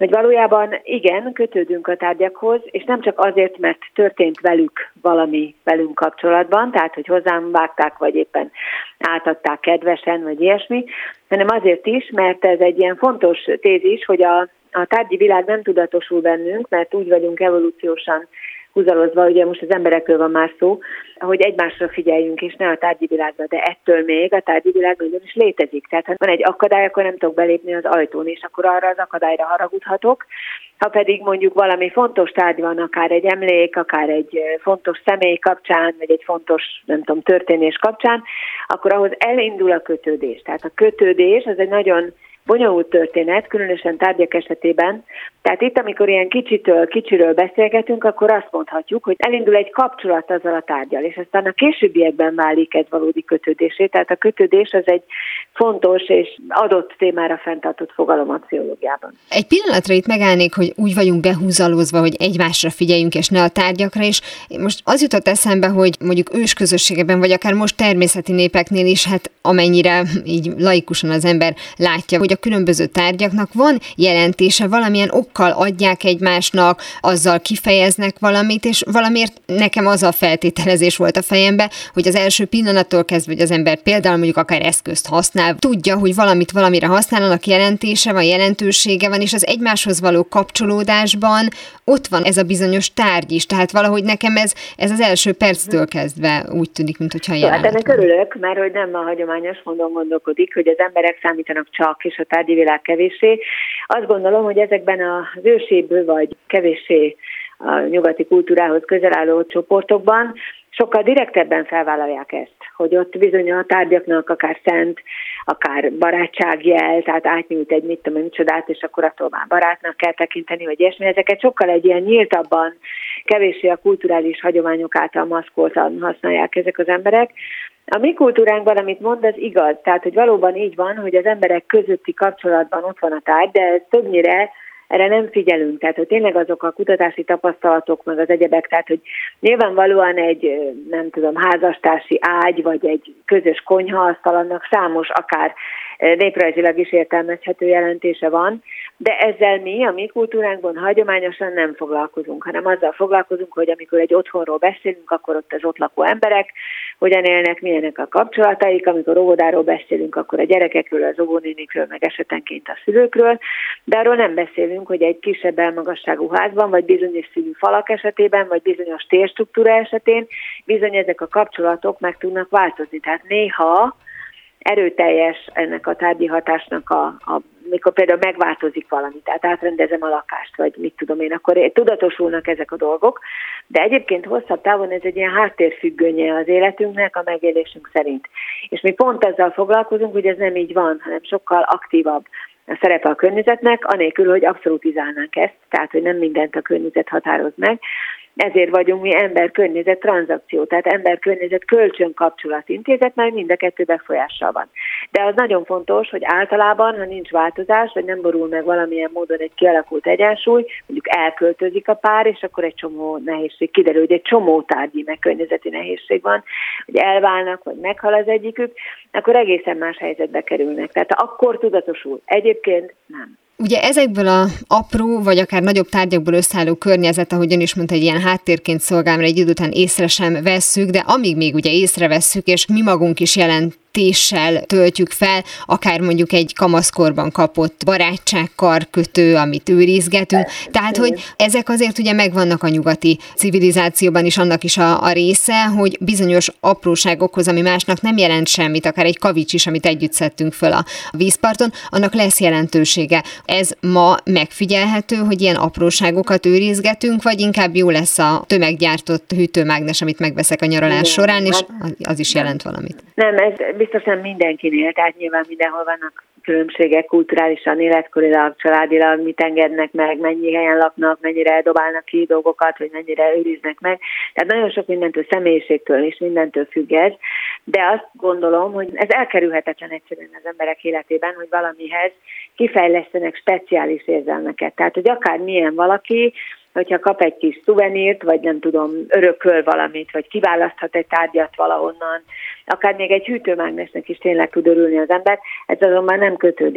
hogy valójában igen, kötődünk a tárgyakhoz, és nem csak azért, mert történt velük valami velünk kapcsolatban, tehát hogy hozzám vágták, vagy éppen átadták kedvesen, vagy ilyesmi, hanem azért is, mert ez egy ilyen fontos tézis, hogy a, a tárgyi világ nem tudatosul bennünk, mert úgy vagyunk evolúciósan húzalozva, ugye most az emberekről van már szó, hogy egymásra figyeljünk, és ne a tárgyi világra, de ettől még a tárgyi világ nagyon is létezik. Tehát ha van egy akadály, akkor nem tudok belépni az ajtón, és akkor arra az akadályra haragudhatok. Ha pedig mondjuk valami fontos tárgy van, akár egy emlék, akár egy fontos személy kapcsán, vagy egy fontos, nem tudom, történés kapcsán, akkor ahhoz elindul a kötődés. Tehát a kötődés az egy nagyon bonyolult történet, különösen tárgyak esetében. Tehát itt, amikor ilyen kicsitől, kicsiről beszélgetünk, akkor azt mondhatjuk, hogy elindul egy kapcsolat azzal a tárgyal, és aztán a későbbiekben válik ez valódi kötődésé. Tehát a kötődés az egy fontos és adott témára fenntartott fogalom a pszichológiában. Egy pillanatra itt megállnék, hogy úgy vagyunk behúzalózva, hogy egymásra figyeljünk, és ne a tárgyakra, és most az jutott eszembe, hogy mondjuk ősközösségeben, vagy akár most természeti népeknél is, hát amennyire így laikusan az ember látja, hogy a különböző tárgyaknak van jelentése, valamilyen okkal adják egymásnak, azzal kifejeznek valamit, és valamiért nekem az a feltételezés volt a fejembe, hogy az első pillanattól kezdve, hogy az ember például mondjuk akár eszközt használ, tudja, hogy valamit valamire használ, annak jelentése van, jelentősége van, és az egymáshoz való kapcsolódásban ott van ez a bizonyos tárgy is, tehát valahogy nekem ez, ez az első perctől kezdve úgy tűnik, mintha jelen. Hát ennek örülök, mert hogy nem a hagyományos módon gondolkodik, hogy az emberek számítanak csak, és a tárgyi világ kevéssé. Azt gondolom, hogy ezekben az ősébb vagy kevéssé a nyugati kultúrához közel álló csoportokban sokkal direktebben felvállalják ezt, hogy ott bizony a tárgyaknak akár szent, akár barátságjel, tehát átnyújt egy mit tudom, micsodát, és akkor attól már barátnak kell tekinteni, vagy ilyesmi. Ezeket sokkal egy ilyen nyíltabban, kevéssé a kulturális hagyományok által maszkoltan használják ezek az emberek. A mi kultúránkban, amit mond, az igaz. Tehát, hogy valóban így van, hogy az emberek közötti kapcsolatban ott van a tárgy, de ez többnyire erre nem figyelünk. Tehát, hogy tényleg azok a kutatási tapasztalatok, meg az egyebek, tehát, hogy nyilvánvalóan egy, nem tudom, házastársi ágy, vagy egy közös konyhaasztal, annak számos, akár néprajzilag is értelmezhető jelentése van, de ezzel mi a mi kultúránkban hagyományosan nem foglalkozunk, hanem azzal foglalkozunk, hogy amikor egy otthonról beszélünk, akkor ott az ott lakó emberek hogyan élnek, milyenek a kapcsolataik, amikor óvodáról beszélünk, akkor a gyerekekről, az óvónénikről, meg esetenként a szülőkről, de arról nem beszélünk, hogy egy kisebb elmagasságú házban, vagy bizonyos színű falak esetében, vagy bizonyos térstruktúra esetén bizony ezek a kapcsolatok meg tudnak változni. Tehát néha erőteljes ennek a tárgyi hatásnak, a, a, mikor például megváltozik valami, tehát átrendezem a lakást, vagy mit tudom én, akkor tudatosulnak ezek a dolgok, de egyébként hosszabb távon ez egy ilyen háttérfüggönye az életünknek, a megélésünk szerint. És mi pont ezzel foglalkozunk, hogy ez nem így van, hanem sokkal aktívabb a szerepe a környezetnek, anélkül, hogy abszolutizálnánk ezt, tehát hogy nem mindent a környezet határoz meg. Ezért vagyunk mi ember-környezet tranzakció, tehát ember-környezet kölcsön-kapcsolat intézet, mert mind a kettő befolyással van. De az nagyon fontos, hogy általában, ha nincs változás, vagy nem borul meg valamilyen módon egy kialakult egyensúly, mondjuk elköltözik a pár, és akkor egy csomó nehézség kiderül, hogy egy csomó tárgyi, meg környezeti nehézség van, hogy elválnak, vagy meghal az egyikük, akkor egészen más helyzetbe kerülnek. Tehát akkor tudatosul. Egyébként nem. Ugye ezekből a apró, vagy akár nagyobb tárgyakból összeálló környezet, ahogy ön is mondta, egy ilyen háttérként szolgál, mert egy idő után észre sem vesszük, de amíg még ugye észrevesszük, és mi magunk is jelentéssel töltjük fel, akár mondjuk egy kamaszkorban kapott barátságkarkötő, amit őrizgetünk. Tehát, hogy ezek azért ugye megvannak a nyugati civilizációban is, annak is a, a része, hogy bizonyos apróságokhoz, ami másnak nem jelent semmit, akár egy kavics is, amit együtt szedtünk föl a vízparton, annak lesz jelentősége. Ez ma megfigyelhető, hogy ilyen apróságokat őrizgetünk, vagy inkább jó lesz a tömeggyártott hűtőmágnes, amit megveszek a nyaralás Igen, során, és az is jelent valamit. Nem, ez biztos nem mindenkinél, tehát nyilván mindenhol vannak különbségek kulturálisan, életkorilag, családilag, mit engednek meg, mennyi helyen laknak, mennyire dobálnak ki dolgokat, vagy mennyire őriznek meg. Tehát nagyon sok mindentől, személyiségtől és mindentől függ ez, de azt gondolom, hogy ez elkerülhetetlen egyszerűen az emberek életében, hogy valamihez kifejlesztenek speciális érzelmeket. Tehát, hogy akár milyen valaki, hogyha kap egy kis szuvenírt, vagy nem tudom, örököl valamit, vagy kiválaszthat egy tárgyat valahonnan, akár még egy hűtőmágnesnek is tényleg tud örülni az ember, ez azonban nem kötődés.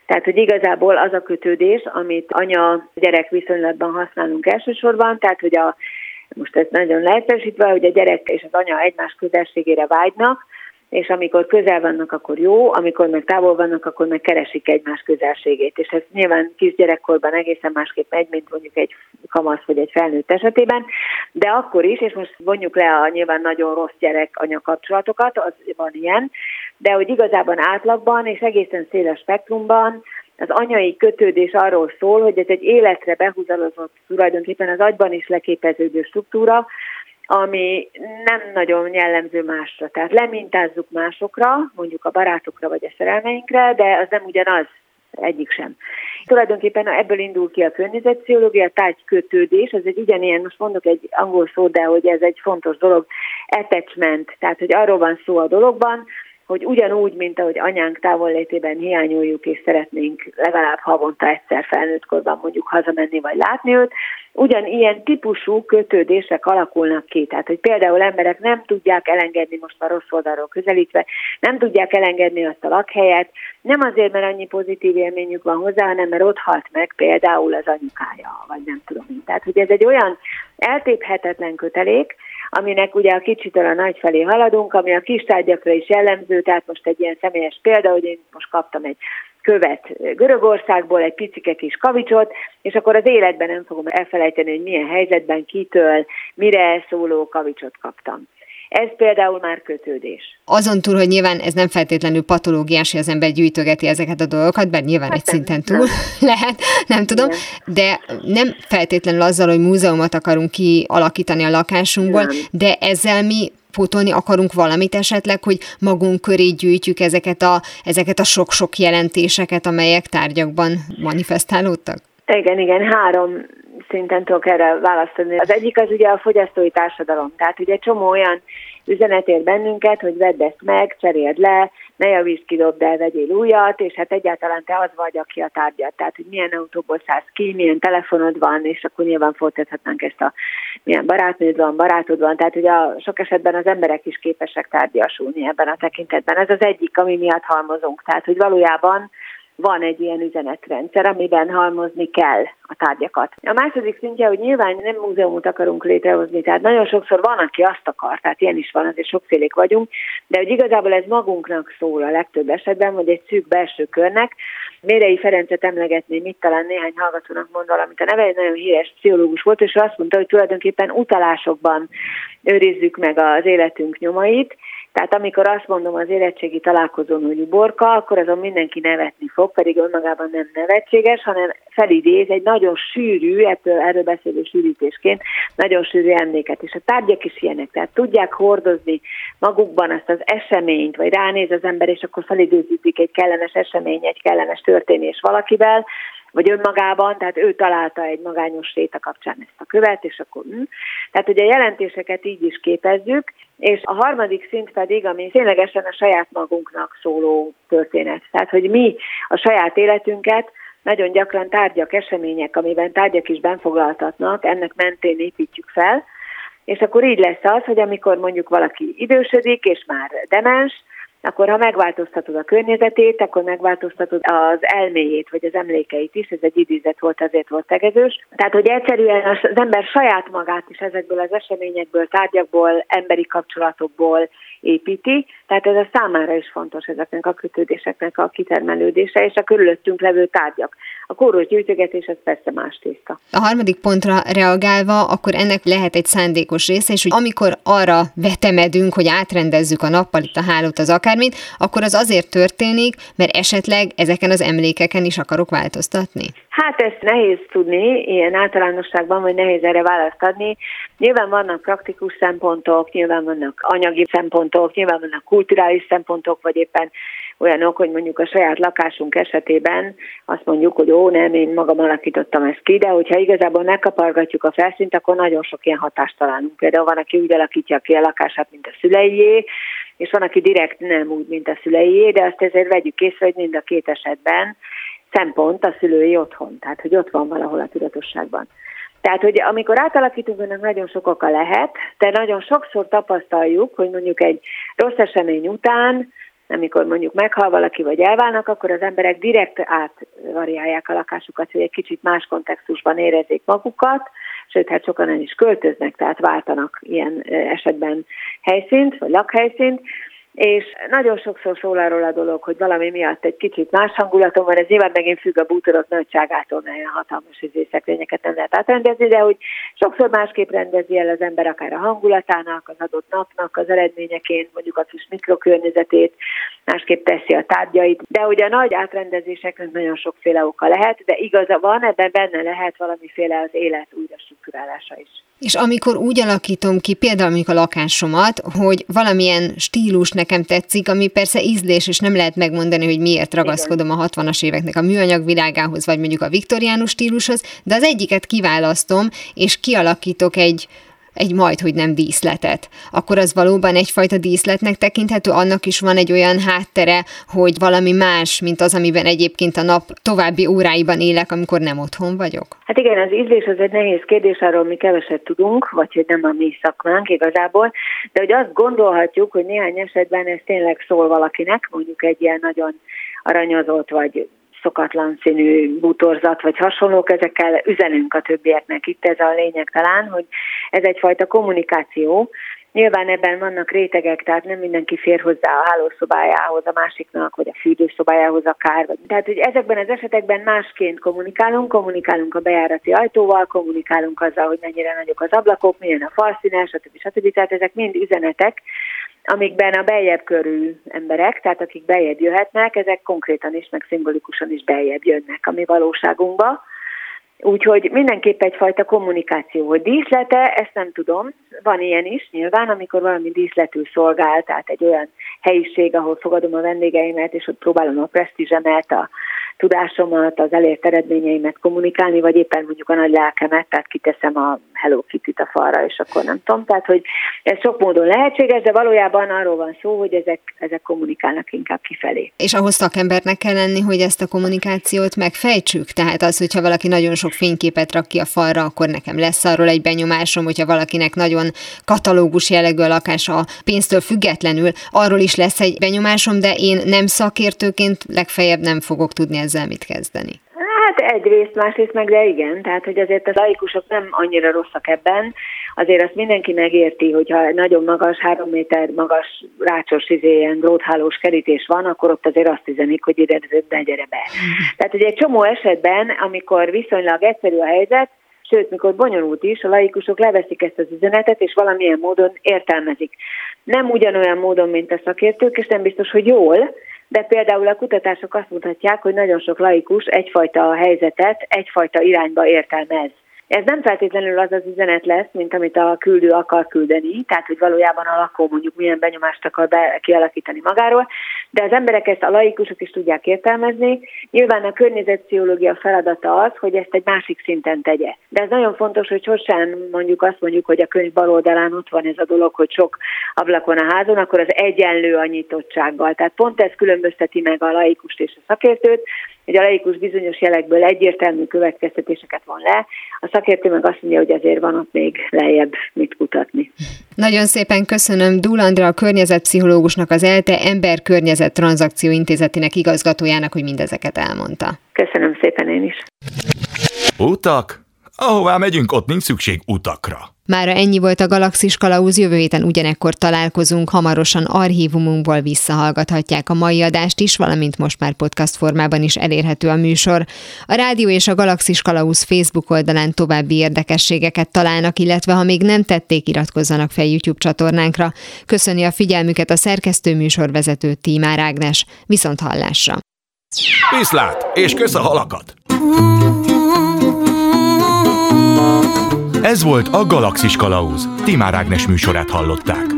Tehát, hogy igazából az a kötődés, amit anya-gyerek viszonylatban használunk elsősorban, tehát, hogy a, most ez nagyon leegyszerűsítve, hogy a gyerek és az anya egymás közelségére vágynak, és amikor közel vannak, akkor jó, amikor meg távol vannak, akkor meg keresik egymás közelségét. És ez nyilván kisgyerekkorban egészen másképp megy, mint mondjuk egy kamasz vagy egy felnőtt esetében, de akkor is, és most vonjuk le a nyilván nagyon rossz gyerek-anya kapcsolatokat, az van ilyen, de hogy igazában átlagban és egészen széles spektrumban az anyai kötődés arról szól, hogy ez egy életre behúzalozott, tulajdonképpen az agyban is leképeződő struktúra, ami nem nagyon jellemző másra. Tehát lemintázzuk másokra, mondjuk a barátokra vagy a szerelmeinkre, de az nem ugyanaz, egyik sem. Tulajdonképpen ebből indul ki a környezetpszichológia, a tárgykötődés, ez egy ugyanilyen, most mondok egy angol szót, de hogy ez egy fontos dolog, attachment, tehát hogy arról van szó a dologban, hogy ugyanúgy, mint ahogy anyánk távollétében hiányoljuk, és szeretnénk legalább havonta egyszer felnőttkorban mondjuk hazamenni, vagy látni őt, ugyanilyen típusú kötődések alakulnak ki. Tehát, hogy például emberek nem tudják elengedni, most a rossz oldalról közelítve, nem tudják elengedni azt a lakhelyet, nem azért, mert annyi pozitív élményük van hozzá, hanem mert ott halt meg például az anyukája, vagy nem tudom én. Tehát, hogy ez egy olyan eltéphetetlen kötelék, aminek ugye a kicsitől a nagy felé haladunk, ami a kis tárgyakra is jellemző, tehát most egy ilyen személyes példa, hogy én most kaptam egy követ Görögországból, egy picike kis kavicsot, és akkor az életben nem fogom elfelejteni, hogy milyen helyzetben, kitől, mire szóló kavicsot kaptam. Ez például már kötődés. Azon túl, hogy nyilván ez nem feltétlenül patológiás, hogy az ember gyűjtögeti ezeket a dolgokat, bár nyilván hát egy nem, szinten túl nem. lehet, nem tudom, igen. De nem feltétlenül azzal, hogy múzeumot akarunk kialakítani a lakásunkból, nem. De ezzel mi pótolni akarunk valamit esetleg, hogy magunk köré gyűjtjük ezeket a, ezeket a sok-sok jelentéseket, amelyek tárgyakban manifestálódtak? Igen, igen, három szinten tudok erre választani. Az egyik az ugye a fogyasztói társadalom. Tehát ugye egy csomó olyan üzenet ér bennünket, hogy vedd ezt meg, cseréld le, ne javítsd ki, dobd el, vegyél újat, és hát egyáltalán te az vagy, aki a tárgyat. Tehát, hogy milyen autóból szállsz ki, milyen telefonod van, és akkor nyilván folytathatnánk ezt a milyen barátnőd van, barátod van. Tehát, hogy a sok esetben az emberek is képesek tárgyasulni ebben a tekintetben. Ez az egyik, ami miatt halmozunk. Tehát, hogy valójában van egy ilyen üzenetrendszer, amiben halmozni kell a tárgyakat. A második szintje, hogy nyilván nem múzeumot akarunk létrehozni, tehát nagyon sokszor van, aki azt akar, tehát ilyen is van, azért sokfélék vagyunk, de hogy igazából ez magunknak szól a legtöbb esetben, vagy egy szűk belső körnek. Mérei Ferencet emlegetném, itt talán néhány hallgatónak mond valamit. A neve egy nagyon híres pszichológus volt, és azt mondta, hogy tulajdonképpen utalásokban őrizzük meg az életünk nyomait. Tehát amikor azt mondom az érettségi találkozón, hogy uborka, akkor azon mindenki nevetni fog, pedig önmagában nem nevetséges, hanem felidéz egy nagyon sűrű, ettől, erről beszélő sűrítésként, nagyon sűrű emléket. És a tárgyak is ilyenek, tehát tudják hordozni magukban azt az eseményt, vagy ránéz az ember, és akkor felidéződik egy kellemes esemény, egy kellemes történés valakivel, vagy önmagában, tehát ő találta egy magányos séta kapcsán ezt a követ, és akkor hm. Tehát ugye a jelentéseket így is képezzük, és a harmadik szint pedig, ami ténylegesen a saját magunknak szóló történet. Tehát, hogy mi a saját életünket nagyon gyakran tárgyak, események, amiben tárgyak is benfoglaltatnak, ennek mentén építjük fel, és akkor így lesz az, hogy amikor mondjuk valaki idősödik, és már demens, akkor ha megváltoztatod a környezetét, akkor megváltoztatod az elméjét, vagy az emlékeit is, ez egy idézet volt, azért volt tegezős. Tehát, hogy egyszerűen az ember saját magát is ezekből az eseményekből, tárgyakból, emberi kapcsolatokból építi, tehát ez a számára is fontos ezeknek a kötődéseknek a kitermelődése, és a körülöttünk levő tárgyak. A kóros gyűjtögetés az persze más tészta. A harmadik pontra reagálva, akkor ennek lehet egy szándékos része, és hogy amikor arra vetemedünk, hogy átrendezzük a nappalit, a hálót, az akármit, akkor az azért történik, mert esetleg ezeken az emlékeken is akarok változtatni? Hát ezt nehéz tudni, ilyen általánosságban, vagy nehéz erre választ adni. Nyilván vannak praktikus szempontok, nyilván vannak anyagi szempontok, nyilván vannak kulturális szempontok, vagy éppen olyanok, hogy mondjuk a saját lakásunk esetében azt mondjuk, hogy ó, nem, én magam alakítottam ezt ki, de hogyha igazából megkapargatjuk a felszínt, akkor nagyon sok ilyen hatást találunk. Például van, aki úgy alakítja ki a lakását, mint a szüleié, és van, aki direkt nem úgy, mint a szüleié, de azt ezért vegyük észre, hogy mind a két esetben szempont a szülői otthon, tehát hogy ott van valahol a tudatosságban. Tehát, hogy amikor átalakítunk, ennek nagyon sok oka lehet, de nagyon sokszor tapasztaljuk, hogy mondjuk egy rossz esemény után amikor mondjuk meghal valaki, vagy elválnak, akkor az emberek direkt átvariálják a lakásukat, hogy egy kicsit más kontextusban érezzék magukat, sőt, hát sokan el is költöznek, tehát váltanak ilyen esetben helyszínt, vagy lakhelyszínt, és nagyon sokszor szól arról a dolog, hogy valami miatt egy kicsit más hangulaton van, ez nyilván megint függ a bútorok nagyságától, mert ilyen hatalmas szekrényeket nem lehet átrendezni, de hogy sokszor másképp rendezi el az ember akár a hangulatának, az adott napnak, az eredményeként, mondjuk a kis mikrokörnyezetét, másképp teszi a tárgyait, de hogy a nagy átrendezéseknek nagyon sokféle oka lehet, de igaza van, ebben benne lehet valamiféle az élet újra strukturálása is. És amikor úgy alakítom ki például mondjuk a lakásomat, hogy valamilyen stílus nekem tetszik, ami persze ízlés, és nem lehet megmondani, hogy miért ragaszkodom a hatvanas éveknek a műanyag világához, vagy mondjuk a viktoriánus stílushoz, de az egyiket kiválasztom, és kialakítok egy egy majdhogy nem díszletet, akkor az valóban egyfajta díszletnek tekinthető, annak is van egy olyan háttere, hogy valami más, mint az, amiben egyébként a nap további óráiban élek, amikor nem otthon vagyok? Hát igen, az ízlés az egy nehéz kérdés, arról mi keveset tudunk, vagy hogy nem a mi szakmánk igazából, de hogy azt gondolhatjuk, hogy néhány esetben ez tényleg szól valakinek, mondjuk egy ilyen nagyon aranyozott, vagy szokatlan színű bútorzat, vagy hasonlók, ezekkel üzenünk a többieknek. Itt ez a lényeg talán, hogy ez egyfajta kommunikáció. Nyilván ebben vannak rétegek, tehát nem mindenki fér hozzá a hálószobájához, a másiknak, vagy a fürdőszobájához akár. Tehát, hogy ezekben az esetekben másként kommunikálunk, kommunikálunk a bejárati ajtóval, kommunikálunk azzal, hogy mennyire nagyok az ablakok, milyen a falszíne, stb. stb. Tehát ezek mind üzenetek, amikben a beljebb körű emberek, tehát akik beljebb jöhetnek, ezek konkrétan is, meg szimbolikusan is beljebb jönnek a mi valóságunkba. Úgyhogy mindenképp egyfajta kommunikáció, hogy díszlete, ezt nem tudom, van ilyen is nyilván, amikor valami díszletül szolgál, tehát egy olyan helyiség, ahol fogadom a vendégeimet, és ott próbálom a presztízsemet, a tudásomat, az elért eredményeimet kommunikálni, vagy éppen mondjuk a nagy lelkemet, tehát kiteszem a Hello Kitty-t a falra, és akkor nem tudom. Tehát, hogy ez sok módon lehetséges, de valójában arról van szó, hogy ezek, ezek kommunikálnak inkább kifelé. És ahhoz szakembernek kell lenni, hogy ezt a kommunikációt megfejtsük? Tehát az, hogyha valaki nagyon sok fényképet rak ki a falra, akkor nekem lesz arról egy benyomásom, hogyha valakinek nagyon katalógus jellegű a lakása pénztől függetlenül, arról is lesz egy benyomásom, de én nem szakértőként legfeljebb nem fogok tudni ezzel mit kezdeni. Hát egyrészt, másrészt meg, de igen, tehát hogy azért a laikusok nem annyira rosszak ebben, azért azt mindenki megérti, hogyha nagyon magas, három méter magas, rácsos, ilyen dróthálós kerítés van, akkor ott azért azt üzenik, hogy ide, de gyere be. Tehát hogy egy csomó esetben, amikor viszonylag egyszerű a helyzet, sőt, mikor bonyolult is, a laikusok leveszik ezt az üzenetet, és valamilyen módon értelmezik. Nem ugyanolyan módon, mint a szakértők, és nem biztos, hogy jól, de például a kutatások azt mutatják, hogy nagyon sok laikus egyfajta helyzetet, egyfajta irányba értelmez. Ez nem feltétlenül az az üzenet lesz, mint amit a küldő akar küldeni, tehát hogy valójában a lakó mondjuk milyen benyomást akar be, kialakítani magáról, de az emberek ezt, a laikusok is tudják értelmezni. Nyilván a környezetpszichológia feladata az, hogy ezt egy másik szinten tegye. De ez nagyon fontos, hogy sosem mondjuk azt mondjuk, hogy a könyv bal oldalán ott van ez a dolog, hogy sok ablak van a házon, akkor az egyenlő a nyitottsággal. Tehát pont ez különbözteti meg a laikust és a szakértőt, hogy a laikus bizonyos jelekből egyértelmű következtetéseket von le, a szakértő meg azt mondja, hogy azért van ott még lejjebb mit kutatni. Nagyon szépen köszönöm Dúl Andrea, a környezetpszichológusnak, az ELTE Ember-Környezet Tranzakció Intézetének igazgatójának, hogy mindezeket elmondta. Köszönöm szépen én is. Utak? Ahová megyünk, ott nincs szükség utakra. Mára ennyi volt a Galaxis Kalauz, jövő héten ugyanekkor találkozunk, hamarosan archívumunkból visszahallgathatják a mai adást is, valamint most már podcast formában is elérhető a műsor. A rádió és a Galaxis Kalauz Facebook oldalán további érdekességeket találnak, illetve ha még nem tették, iratkozzanak fel YouTube csatornánkra. Köszöni a figyelmüket a szerkesztő műsorvezető Tímár Ágnes. Viszont hallásra! Viszlát, és kösz a halakat! Ez volt a Galaxis Kalauz. Tímár Ágnes műsorát hallották.